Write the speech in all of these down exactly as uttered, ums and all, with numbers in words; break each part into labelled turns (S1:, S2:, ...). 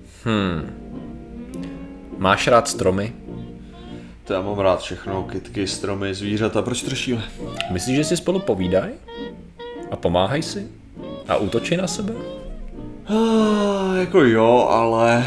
S1: Hmm. Máš rád stromy?
S2: To já mám rád všechno, kytky, stromy, zvířata, proč tršíme?
S1: Myslíš, že si spolu povídají? A pomáhají si? A útočí na sebe?
S2: Ah, jako jo, ale...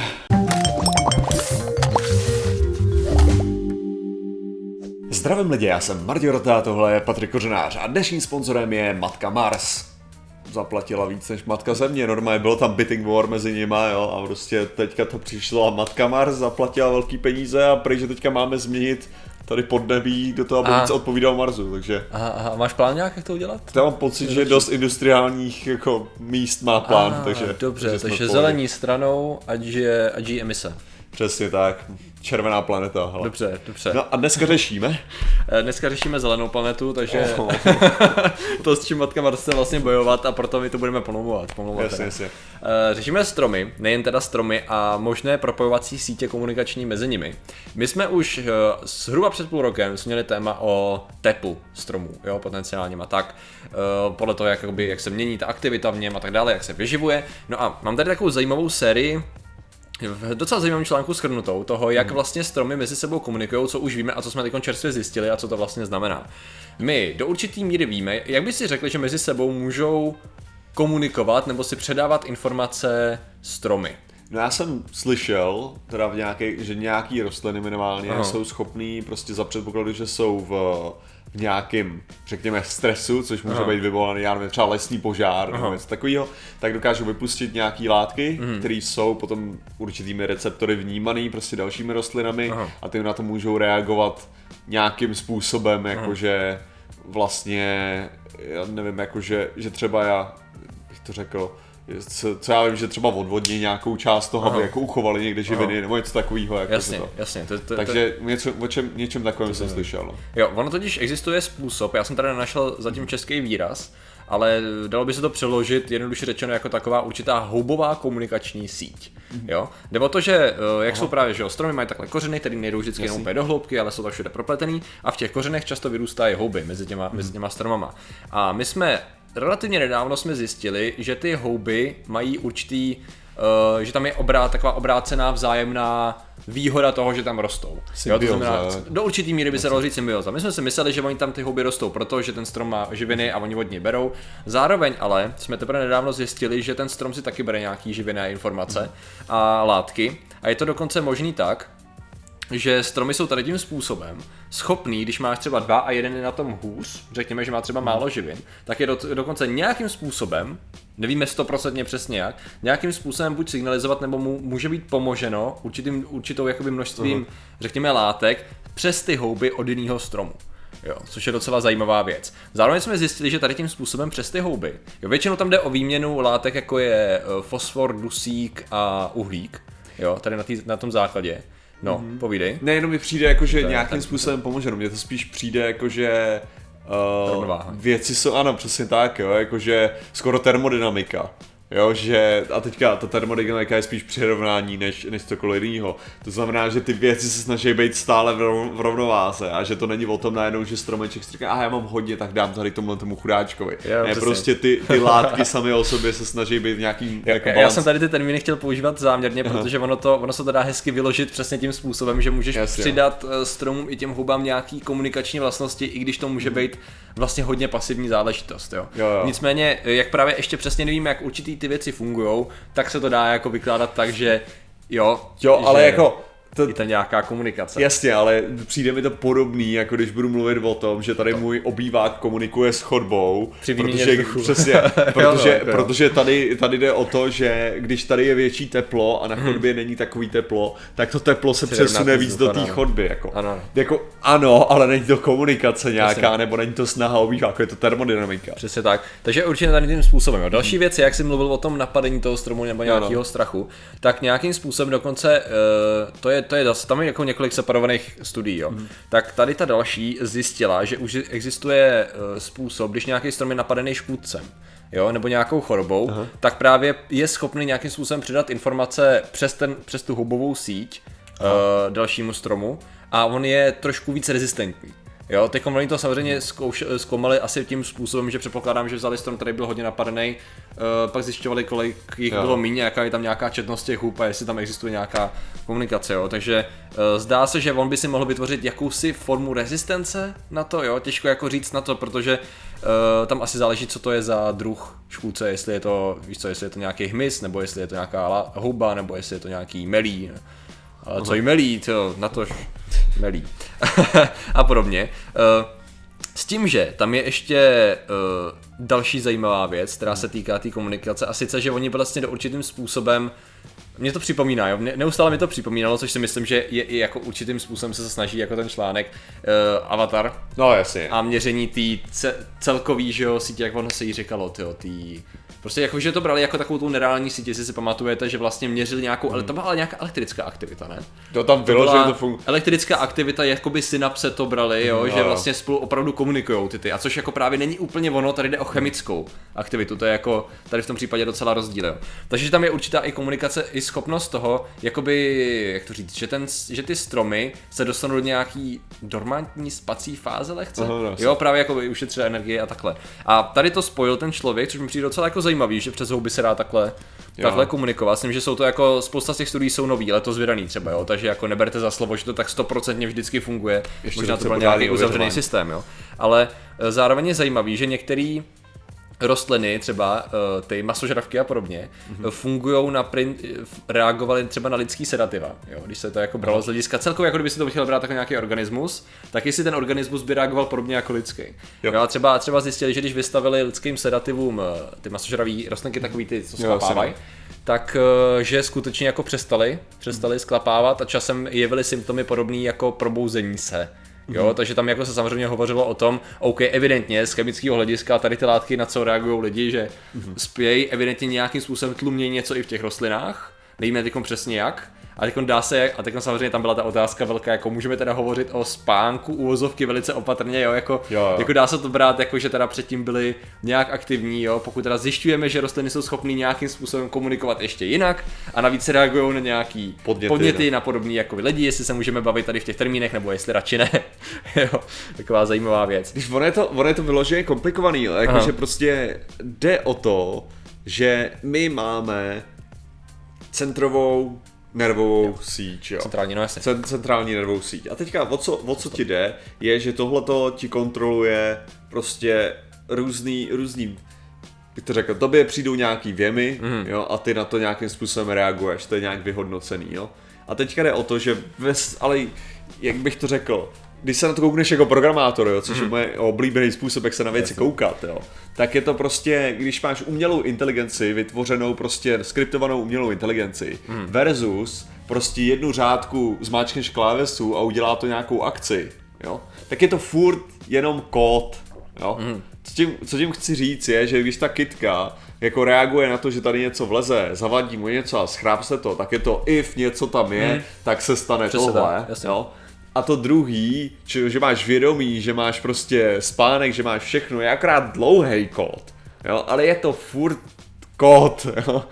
S2: Zdravím lidi, já jsem Martin Rota, tohle je Patrik Kořenář a dnešním sponzorem je Matka Mars. Zaplatila víc než Matka Země, normálně bylo tam bidding war mezi nima, jo, a prostě teďka to přišlo a Matka Mars zaplatila velký peníze a prý, že teďka máme změnit tady podnebí do toho, aby víc odpovídal Marsu, takže...
S1: Aha, aha, máš plán nějak, jak to udělat?
S2: Já mám pocit, že dost industriálních jako míst má plán, aha, takže...
S1: Dobře, takže, takže
S2: takže
S1: zelení stranou, ať je, ať je emise.
S2: Přesně tak, červená planeta. Hele.
S1: Dobře, dobře.
S2: No a dneska řešíme?
S1: Dneska řešíme zelenou planetu, takže oh. to, s čím Matka Mars chce vlastně bojovat a proto my to budeme pomlouvat.
S2: Jasně, jasně.
S1: Řešíme stromy, nejen teda stromy a možné propojovací sítě komunikační mezi nimi. My jsme už zhruba před půl rokem jsme měli téma o teplu stromů, jo, potenciálním a tak, podle toho, jak, jak se mění ta aktivita v něm a tak dále, jak se vyživuje. No a mám tady takovou zajímavou sérii, v docela zajímavém článku shrnutou toho, jak vlastně stromy mezi sebou komunikují, co už víme a co jsme teď čerstvě zjistili a co to vlastně znamená. My do určitý míry víme, jak by si řekli, že mezi sebou můžou komunikovat nebo si předávat informace stromy.
S2: No já jsem slyšel, teda v nějaké, že nějaký rostliny minimálně
S1: Aha.
S2: jsou schopný prostě za předpokladu, že jsou v, v nějakým, řekněme, stresu, což může Aha. být vyvolaný, já nevím, třeba lesní požár nebo něco takového, tak dokážou vypustit nějaký látky, mm. které jsou potom určitými receptory vnímaný prostě dalšími rostlinami Aha. a ty na to můžou reagovat nějakým způsobem, jakože vlastně, já nevím, jakože, že třeba já bych to řekl, Co, co já vím, že třeba odvodní nějakou část toho, Aha. aby jako uchovali někde živiny Aha. nebo něco takového. Jako
S1: jasně,
S2: to.
S1: jasně. To, to,
S2: Takže to, něco, o čem, něčem takovém jsem slyšel. No.
S1: Jo, ono totiž existuje způsob, já jsem tady našel zatím český výraz, ale dalo by se to přeložit jednoduše řečeno jako taková určitá houbová komunikační síť. Jo? Jde o to, že jak Aha. jsou právě, že jo, stromy mají takhle kořeny, které nejdou vždycky jenom úplně do hloubky, ale jsou tak všude propletený a v těch kořenech často vyrůstají houby mezi těma, hmm. mezi těma stromama. A my jsme relativně nedávno jsme zjistili, že ty houby mají určitý, uh, že tam je obrát, taková obrácená vzájemná výhoda toho, že tam rostou. Jo, to znamená, do určitý míry by se dalo říct symbioza. My jsme si mysleli, že oni tam ty houby rostou, protože ten strom má živiny a oni od něj berou. Zároveň ale jsme teprve nedávno zjistili, že ten strom si taky bere nějaký živiny a informace a látky. A je to dokonce možný tak, že stromy jsou tady tím způsobem schopný, když máš třeba dva a jeden je na tom hůř, řekněme, že má třeba málo živin, tak je do, dokonce nějakým způsobem, nevíme stoprocentně přesně jak, nějakým způsobem buď signalizovat, nebo mu může být pomoženo určitým, určitou jakoby množstvím, uh-huh. řekněme, látek přes ty houby od jiného stromu. Jo, což je docela zajímavá věc. Zároveň jsme zjistili, že tady tím způsobem přes ty houby, jo, většinou tam jde o výměnu látek, jako je fosfor, dusík a uhlík, jo, tady na, tý, na tom základě. No, mm-hmm. povídej.
S2: Ne, jenom mi přijde jako, že nějakým tak, způsobem pomůže, mně to spíš přijde jako, že uh, věci jsou, ano, přesně tak, jo, jakože skoro termodynamika. Jo, že, a teďka ta termodynamika je spíš přirovnání než, než cokoliv jiného. To znamená, že ty věci se snaží být stále v, rov, v rovnováze a že to není o tom najednou, že stromeček si říká, aha, já mám hodně, tak dám tady tomu tomu chudáčkovi. Jo, ne, prostě ty, ty látky samy o sobě se snaží být v nějakým
S1: jo,
S2: jako
S1: já
S2: balans.
S1: jsem tady ty termíny chtěl používat záměrně, aha. protože ono, to, ono se to dá hezky vyložit přesně tím způsobem, že můžeš Jasně. přidat stromům i těm hubám nějaký komunikační vlastnosti, i když to může hmm. být vlastně hodně pasivní záležitost. Jo.
S2: Jo, jo.
S1: Nicméně, jak právě ještě přesně nevíme, jak určitý ty věci fungujou, tak se to dá jako vykládat tak, že jo,
S2: jo ale jako
S1: to, je to nějaká komunikace.
S2: Jasně, ale přijde mi to podobný, jako když budu mluvit o tom, že tady můj obývák komunikuje s chodbou,
S1: při
S2: protože, přesně, protože, jo, protože tady, tady jde o to, že když tady je větší teplo a na chodbě hmm. není takový teplo, tak to teplo se přesune víc do té chodby. Jako.
S1: Ano.
S2: jako ano, ale není to komunikace nějaká, přesně. nebo není to snaha obýváku, je to termodynamika.
S1: Přesně tak. Takže určitě tady tím způsobem. Jo. Další hmm. věc je, jak jsi mluvil o tom napadení toho stromu nebo nějakého strachu, tak nějakým způsobem dokonce uh, to je To je, tam je jako několik separovaných studií, jo. Mm. Tak tady ta další zjistila, že už existuje způsob, když nějaký strom je napadený škůdcem, jo, nebo nějakou chorobou, Aha. tak právě je schopný nějakým způsobem předat informace přes, ten, přes tu houbovou síť uh, dalšímu stromu a on je trošku víc rezistentní. Jo, teď oni to samozřejmě zkouš, zkoumali asi tím způsobem, že předpokládám, že vzali strom, který byl hodně napadený, uh, pak zjišťovali, kolik jich jo. bylo méně, jaká je tam nějaká četnost těch hub a jestli tam existuje nějaká komunikace, jo. Takže uh, zdá se, že on by si mohl vytvořit jakousi formu rezistence na to, jo, těžko jako říct na to, protože uh, tam asi záleží, co to je za druh škůdce, jestli je to, víš co, jestli je to nějaký hmyz, nebo jestli je to nějaká houba, nebo jestli je to nějaký melí. Ale co jí melí, to, na tož melí a podobně. S tím, že tam je ještě další zajímavá věc, která se týká té tý komunikace, a sice, že oni vlastně do určitým způsobem, mě to připomíná, jo? Neustále mi to připomínalo, což si myslím, že je i jako určitým způsobem se snaží jako ten článek uh, Avatar.
S2: No jasně.
S1: A měření té ce- celkový, že jo, sítě, jak ono se jí říkalo, tyjo, tý... Prostě jako, že to brali jako takovou tu nereální síť, jestli si pamatujete, že vlastně měřili nějakou, hmm. ale to byla ale nějaká elektrická aktivita, ne?
S2: To tam bylo, že to funguje.
S1: Elektrická aktivita, jakoby synapse to brali, jo, hmm, že vlastně spolu opravdu komunikujou ty ty, a což jako právě není úplně ono, tady jde o chemickou aktivitu, to je jako tady v tom případě docela rozdíl, jo. Takže tam je určitá i komunikace, i schopnost toho, jakoby, jak to říct, že, ten, že ty stromy se dostanou do nějaký dormantní spací fáze lehce, Aha, jo, právě jako ušetřili energie a takhle. A tady to spojil ten člověk, což mi přijde docela jako zajímavý, že přes houby se dá takhle, takhle komunikovat. S tím, že jsou to jako, spousta z těch studií jsou nový, letos vydaný třeba, jo, takže jako neberte za slovo, že to tak stoprocentně vždycky funguje, ještě možná to byl nějaký uzavřený systém, jo. Ale zároveň je zajímavý, že některý rostliny, třeba ty masožravky a podobně, mm-hmm. fungují na prin, reagovaly třeba na lidský sedativa, jo, když se to jako bralo no. z hlediska celkově, jako kdyby si to chtěl brát jako nějaký organismus, tak jestli ten organismus by reagoval podobně jako lidský. Jo. Jo, a třeba, třeba zjistili, že když vystavili lidským sedativům ty masožraví rostlinky, takový ty, co sklapávají, tak že skutečně jako přestali, přestali sklapávat a časem jevily symptomy podobný jako probouzení se. Jo, mm. takže tam jako se samozřejmě hovořilo o tom, OK, evidentně z chemického hlediska tady ty látky, na co reagují lidi, že mm. spějí, evidentně nějakým způsobem tlumějí něco i v těch rostlinách, nevíme teďkom přesně jak, a teďkom dá se, a teďkom samozřejmě tam byla ta otázka velká, jako můžeme teda hovořit o spánku uvozovky velice opatrně, jo, jako, jo, jo. jako dá se to brát, jako že teda předtím byli nějak aktivní, jo, pokud teda zjišťujeme, že rostliny jsou schopný nějakým způsobem komunikovat ještě jinak a navíc reagují na nějaký podněty, podněty na podobný jako lidi, jestli se můžeme bavit tady v těch termínech, nebo jestli radši ne, jo, taková zajímavá věc.
S2: Když ono je to, ono je to vyloženě komplikovaný, jakože prostě jde o to, že my máme centrovou nervovou jo. síť, jo.
S1: Centrální, no jasně.
S2: Centrální nervovou síť. A teďka o co, o co ti jde, je, že tohleto ti kontroluje prostě různý, různý, bych to řekl, tobě přijdou nějaký věmy, mm. jo, a ty na to nějakým způsobem reaguješ, to je nějak vyhodnocený, jo. A teďka jde o to, že ves, ale jak bych to řekl, když se na to koukneš jako programátor, jo, což mm. je můj oblíbený způsob, jak se na věci koukat, jo, tak je to prostě, když máš umělou inteligenci, vytvořenou prostě skriptovanou umělou inteligenci, mm. versus prostě jednu řádku zmáčkneš klávesu a udělá to nějakou akci, jo, tak je to furt jenom kód, jo. Mm. Co tím, co tím chci říct je, že když ta kytka jako reaguje na to, že tady něco vleze, zavadí mu něco a schráb se to, tak je to if něco tam je, mm. tak se stane Přesně tohle, tak, jo. A to druhý, že máš vědomí, že máš prostě spánek, že máš všechno, je akorát dlouhý kód, jo, ale je to furt kód, jo,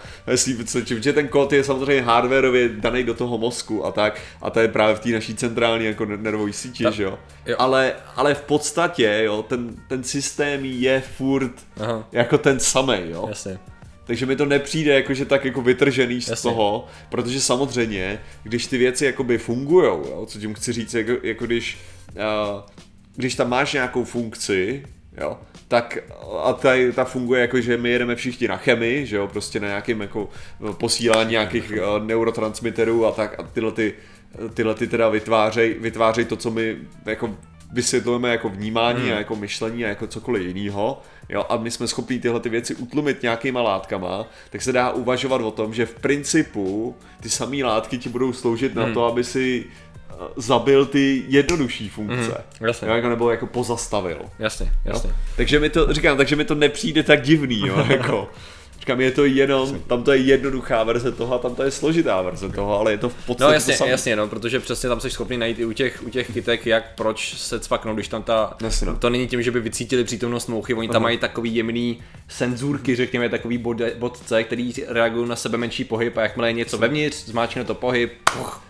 S2: že ten kód je samozřejmě hardwareově daný do toho mozku a tak, a to je právě v té naší centrální jako nervové síti, že jo, jo. Ale, ale v podstatě, jo, ten, ten systém je furt Aha. jako ten samej, jo. Jasně. Takže mi to nepřijde jakože tak jako vytržený Jasně. z toho, protože samozřejmě, když ty věci jakoby fungujou, jo, co tím chci říct, jako, jako když, uh, když tam máš nějakou funkci, jo, tak a ta, ta funguje jako, že my jedeme všichni na chemii, že jo, prostě na nějakým jako posílání nějakých uh, neurotransmiterů a tak a tyhle ty, tyhle ty teda vytvářej, vytvářej to, co my jako vysvětlujeme jako vnímání hmm. a jako myšlení a jako cokoliv jinýho, jo, a my jsme schopni tyhle ty věci utlumit nějakýma látkama, tak se dá uvažovat o tom, že v principu ty samé látky ti budou sloužit hmm. na to, aby si zabil ty jednodušší funkce, hmm. jasně. Jo, jako, nebo jako pozastavil.
S1: Jasně, jasně.
S2: Jo? Takže mi to, říkám, takže mi to nepřijde tak divný, jo, jako. Říkám, je to jenom, tam to je jednoduchá verze toho a tam to je složitá verze toho, ale je to v podstatě
S1: No jasně,
S2: to samé.
S1: jasně, no, protože přesně tam jsi schopný najít i u těch, u těch kytek, jak proč se cvaknou, když tam ta, jasně, no. to není tím, že by vycítili přítomnost mouchy, oni tam Aha. mají takový jemný senzůrky, řekněme, takový bod, bodce, který reagují na sebe menší pohyb a jakmile je něco jasně. vevnitř, zmáčkne to pohyb, puch,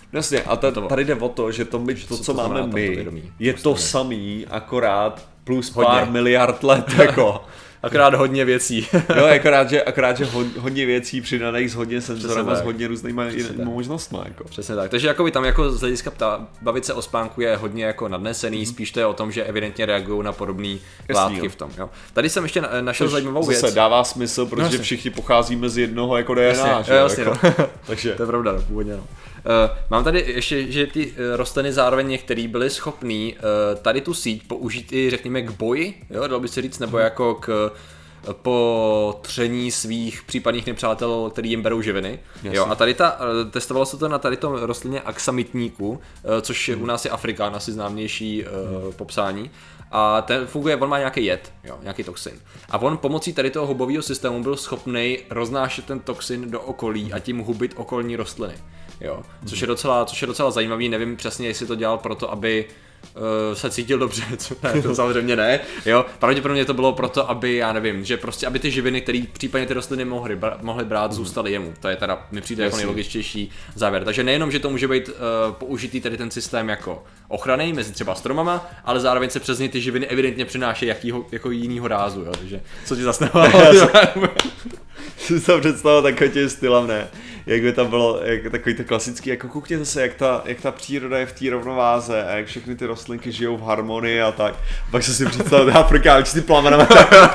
S2: Jasně, a ta, tady jde o to, že to, my, to co, co máme my, je to samý, akorát plus hodně. Pár miliard let, jako.
S1: Akorát hodně věcí.
S2: Jo, akorát, že, akorát, že hodně věcí přidaných s hodně senzorem a s hodně různýma možnostmi. Jako.
S1: Přesně tak. Takže jako by tam jako z hlediska ptá, bavit se o spánku je hodně jako nadnesený, mm-hmm. spíš to je o tom, že evidentně reagují na podobné látky v tom. Jo. Tady jsem ještě našel Tož zajímavou věc.
S2: Zase dává smysl, protože no, všichni pocházíme z jednoho jako D N A.
S1: Jasně, jo, jasně, jako. No. Takže. To je pravda, no, původně no. Uh, mám tady ještě, že ty uh, rostliny zároveň některý byly schopný uh, tady tu síť použít i řekněme k boji, jo, dalo by se říct, nebo jako k uh, potření svých případných nepřátel, který jim berou živiny. Jo, a tady ta, uh, testovalo se to na tady tom rostlině aksamitníku, uh, což hmm. u nás je Afrikán, asi známější uh, hmm. popsání. A ten funguje, on má nějaký jed, jo, nějaký toxin. A on pomocí tady toho hubového systému byl schopný roznášet ten toxin do okolí a tím hubit okolní rostliny. Jo, což je docela, což je docela zajímavý, nevím přesně, jestli to dělal proto, aby uh, se cítil dobře, co ne, to samozřejmě ne, jo, pravděpodobně to bylo proto, aby, já nevím, že prostě, aby ty živiny, které případně ty rostliny mohly, bra- mohly brát, zůstaly jemu, to je teda, mi přijde jako nejlogičtější závěr, takže nejenom, že to může být uh, použitý tady ten systém jako ochranný mezi třeba stromama, ale zároveň se přes něj ty živiny evidentně přináší jakýho, jako jinýho rázu, jo, takže co ti zasnevalo?
S2: Si to představil takový tím stylem, ne? Jak by tam bylo jak takový to klasický, jako koukněte se, jak ta, jak ta příroda je v té rovnováze a jak všechny ty rostlinky žijou v harmonii a tak. A pak se si představil, já prkám, ty plamenem a tak,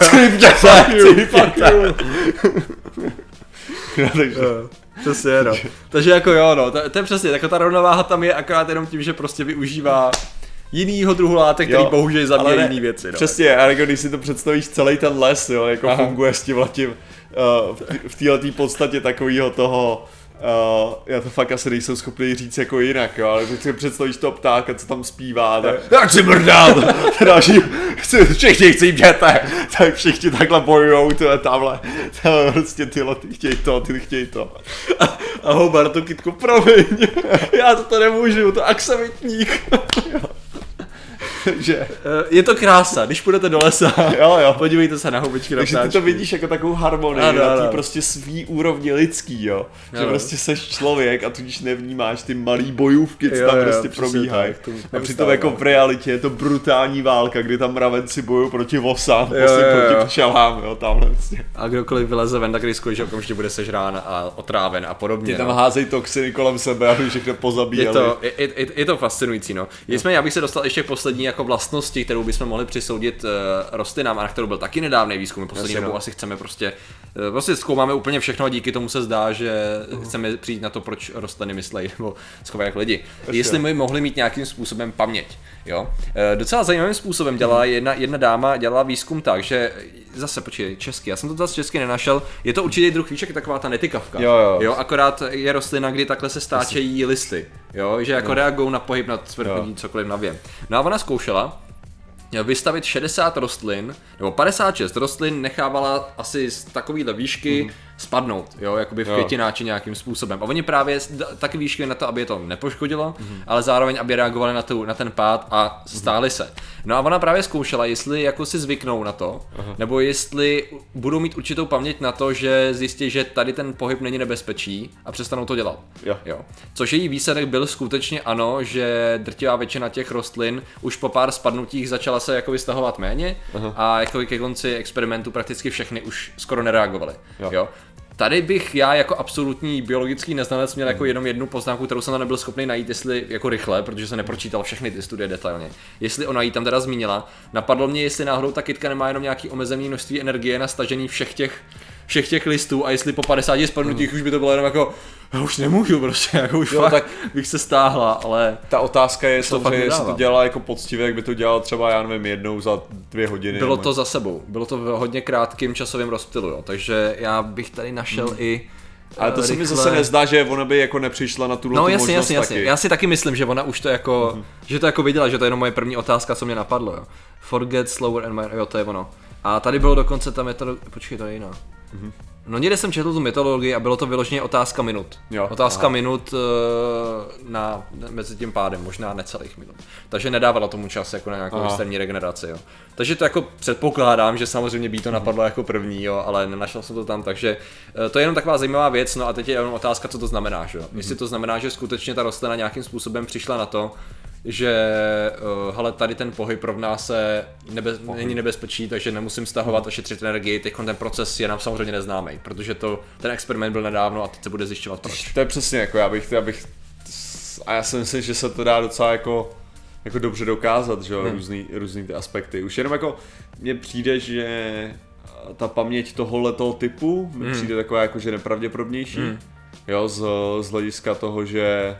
S1: takže... Přesně, no. Takže jako jo, no, to, to je přesně, jako ta rovnováha tam je akorát jenom tím, že prostě využívá jinýho druhu látek, který jo, bohužel zabíjí jiný věci. No.
S2: Přesně, a jako když si to představíš celý ten les, jo, jako Aha. funguje s tím letím uh, v této podstatě takového toho, uh, já to fakt asi nejsou schopný říct jako jinak, jo, ale když si představíš toho ptáka, co tam zpívá, tak jak si mrdal, další, všichni chci děte, tak všichni takhle bojujou, tyhle tamhle, tamhle prostě tyhle, ty chtějí to, ty chtějí to.
S1: A, a Hobart, tu kytku, promiň, já to nemůžu, to aksamitník.
S2: Že
S1: je to krása, když půjdete do lesa,
S2: jo, jo.
S1: podívejte se na houbičky, na
S2: takže
S1: ptáčky.
S2: ty to vidíš jako takovou harmonii, ano, na tý prostě svý úrovni lidský, jo. Že ano. prostě seš člověk a tudíž nevnímáš ty malý bojůvky, co tam jo, prostě probíhají. A přitom jako v realitě je to brutální válka, kdy tam mravenci bojují proti vosám, prostě proti včelám, jo, tamhle prostě.
S1: A kdokoliv vyleze ven, tak riskuje, že okamžitě bude sežrán a otráven a podobně.
S2: Ty tam
S1: no.
S2: házejí toxiny kolem sebe, aby všechno pozabíjeli.
S1: Je to, je, je, je to fascinující, no. Nicméně, já bych se dostal ještě k poslední jako vlastnosti, kterou bychom mohli přisoudit uh, rostlinám a na kterou byl taky nedávný výzkum. Poslední dobou no. asi chceme prostě, uh, prostě zkoumáme úplně všechno a díky tomu se zdá, že uh. chceme přijít na to, proč rostliny myslejí nebo schovají jak lidi. Ještě. Jestli my mohli mít nějakým způsobem paměť. Jo? Uh, docela zajímavým způsobem dělala jedna, jedna dáma, dělala výzkum tak, že zase počkej, česky, já jsem to zase česky nenašel, je to určitý druh víček, taková ta netykavka.
S2: Jo, jo.
S1: Jo, akorát je rostlina, kdy takhle se stáčejí listy, jo, že jako reagují na pohyb nad svrchovní cokoliv na věm. No a ona zkoušela vystavit šedesát rostlin, nebo padesát šest rostlin nechávala asi z takovýhle výšky mm. spadnout, jo, jakoby v květináči nějakým způsobem. A oni právě taky výšky na to, aby je to nepoškodilo, mm. ale zároveň, aby reagovali na, tu, na ten pád a stáli mm. se. No a ona právě zkoušela, jestli jako si zvyknou na to, Aha. nebo jestli budou mít určitou paměť na to, že zjistí, že tady ten pohyb není nebezpečí a přestanou to dělat.
S2: Jo.
S1: Jo. Což její výsledek byl skutečně ano, že drtivá většina těch rostlin už po pár spadnutích začala se jako vystahovat méně Aha. a jako ke konci experimentu prakticky všechny už skoro nereagovaly. Jo. Jo. Tady bych já jako absolutní biologický neznalec měl jako jenom jednu poznámku, kterou jsem tam nebyl schopný najít, jestli jako rychle, protože jsem nepročítal všechny ty studie detailně. Jestli ona jí tam teda zmínila, napadlo mě, jestli náhodou ta kytka nemá jenom nějaký omezený množství energie na stažení všech těch všech těch listů a jestli po padesáti spadnutích mm. už by to bylo jenom jako já už nemůžu prostě, jako už jo, fakt tak bych se stáhla, ale
S2: ta otázka je samozřejmě, jestli to dělala jako poctivě, jak by to dělal třeba, já nevím, jednou za dvě hodiny.
S1: Bylo to za sebou, bylo to v hodně krátkým časovém rozptylu, jo, takže já bych tady našel mm. i
S2: ale to rychle... se mi zase nezdá, že ona by jako nepřišla na tuhle
S1: no,
S2: tu
S1: jasně,
S2: možnost
S1: jasně,
S2: taky.
S1: Jasně. Já si taky myslím, že ona už to jako, mm-hmm. že to jako viděla, že to je jenom moje první otázka, co mě napadlo, jo. Forget slower and my... jo, to je ono. A tady bylo dokonce, tam je to, počkej, to je jiná. Mm-hmm. No někde jsem četl tu metodologii a bylo to vyloženě otázka minut.
S2: Jo,
S1: otázka
S2: aha.
S1: minut uh, na, mezi tím pádem, možná necelých minut. Takže nedávalo tomu čas jako na nějakou externí regeneraci, jo. Takže to jako předpokládám, že samozřejmě by to napadlo jako první, jo, ale nenašel jsem to tam, takže uh, to je jenom taková zajímavá věc, no a teď je jenom otázka, co to znamená, že jo. Mm-hmm. Jestli to znamená, že skutečně ta rostlina nějakým způsobem přišla na to, že uh, hele, tady ten pohyb rovná se nebe, není nebezpečí, takže nemusím stahovat a šetřit energii, teď ten proces je nám samozřejmě neznámý, protože to, ten experiment byl nedávno a teď se bude zjišťovat proč.
S2: To je přesně jako, já bych, já bych, a já si myslím, že se to dá docela jako, jako dobře dokázat, že jo, hmm. různý, různý ty aspekty. Už jenom jako, mně přijde, že ta paměť tohohletoho typu mi hmm. přijde taková jako, že nepravděpodobnější, hmm. jo, z, z hlediska toho, že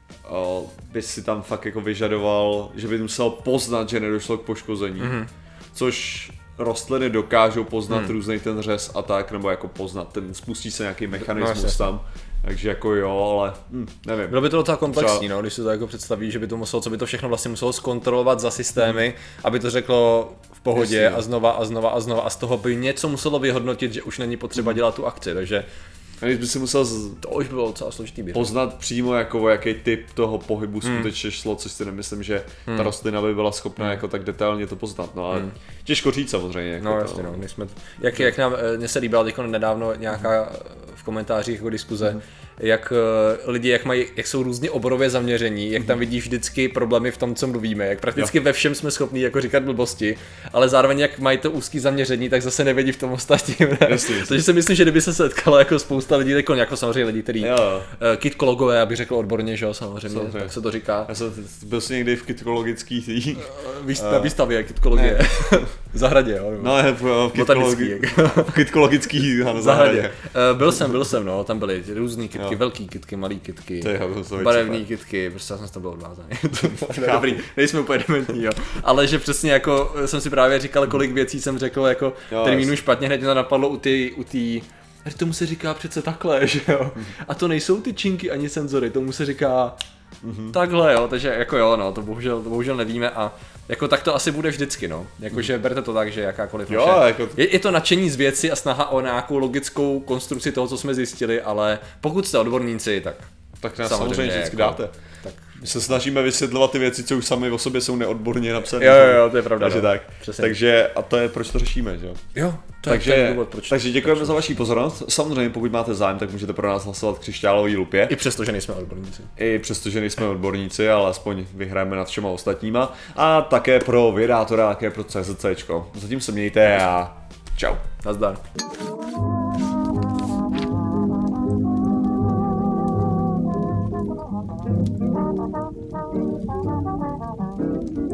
S2: O, by si tam fakt jako vyžadoval, že by musel poznat, že nedošlo k poškození. Mm-hmm. Což rostliny dokážou poznat mm. různý ten řez a tak, nebo jako poznat, ten spustí se nějaký mechanismus no, tam. Takže jako jo, ale hm, nevím.
S1: Bylo by to docela komplexní, třeba... no, když si to jako představí, že by to muselo, co by to všechno vlastně muselo zkontrolovat za systémy, mm. aby to řeklo v pohodě Jasně, a znova a znova a znova a z toho by něco muselo vyhodnotit, že už není potřeba mm. dělat tu akci, takže
S2: a když by si musel z...
S1: to už bylo docela složitý běh.
S2: Poznat přímo jako o jaký typ toho pohybu hmm. skutečně šlo, což si nemyslím, že hmm. ta rostlina by byla schopná hmm. jako tak detailně to poznat, no ale hmm. těžko říct samozřejmě. Jako
S1: no
S2: to,
S1: jasně, no, my jsme, jak, jak nám, mně se líbila teď nedávno nějaká v komentářích jako diskuze, hmm. jak uh, lidi, jak mají, jak jsou různě oborově zaměření, jak tam vidí vždycky problémy v tom, co mluvíme, jak prakticky jo. ve všem jsme schopní jako říkat blbosti, ale zároveň jak mají to úzký zaměření, tak zase nevědí v tom ostatním. Takže si myslím, že kdyby se setkalo jako spousta lidí, jako, jako samozřejmě lidi, kteří uh, kytkologové, abych řekl odborně, že jo, samozřejmě, samozřejmě, tak se to říká.
S2: Já jsem byl jsi někdy v kytkologický tý.
S1: Uh, na výstavě kytkologie. V zahradě, jo.
S2: No, ne, v, v, kytkologi- v kytkologický na zahradě.
S1: Uh, byl jsem, byl jsem, no, tam byly různý kytky, jo. velký kytky, malý kytky, barevný kytky, prostě já jsem to byl odvázaný. Dobrý, nejsme úplně dementní, jo. Ale že přesně jako jsem si právě říkal, kolik věcí jsem řekl jako termínu špatně, hned mě to napadlo u té u tý, tomu se říká přece takhle, že jo. A to nejsou ty činky ani senzory, tomu se říká mm-hmm. takhle, jo, takže jako jo, no, to bohužel, to bohužel nevíme a jako tak to asi bude vždycky, no. Jakože berte to tak, že jakákoliv
S2: jo,
S1: naše...
S2: jako...
S1: je, je to nadšení z věci a snaha o nějakou logickou konstrukci toho, co jsme zjistili, ale pokud jste odborníci, tak
S2: tak nás samozřejmě, samozřejmě vždycky
S1: jako,
S2: dáte.
S1: Tak.
S2: My se snažíme vysvětlovat ty věci, co už sami o sobě jsou neodborně napsané.
S1: Jo, jo, jo, to je pravda.
S2: Takže
S1: no.
S2: tak.
S1: Přesně.
S2: Takže a to je proč to řešíme, že jo?
S1: Jo, to
S2: takže,
S1: je ten důvod, proč.
S2: Takže děkujeme za vaši pozornost. Samozřejmě, pokud máte zájem, tak můžete pro nás hlasovat v křišťálový lupě.
S1: I přesto, že nejsme odborníci.
S2: I přesto, že nejsme odborníci, ale aspoň vyhrajeme nad všema ostatníma. A také pro vědátora, také pro CZCčko. Zatím se mějte a čau.
S1: Nazdar. Thank you.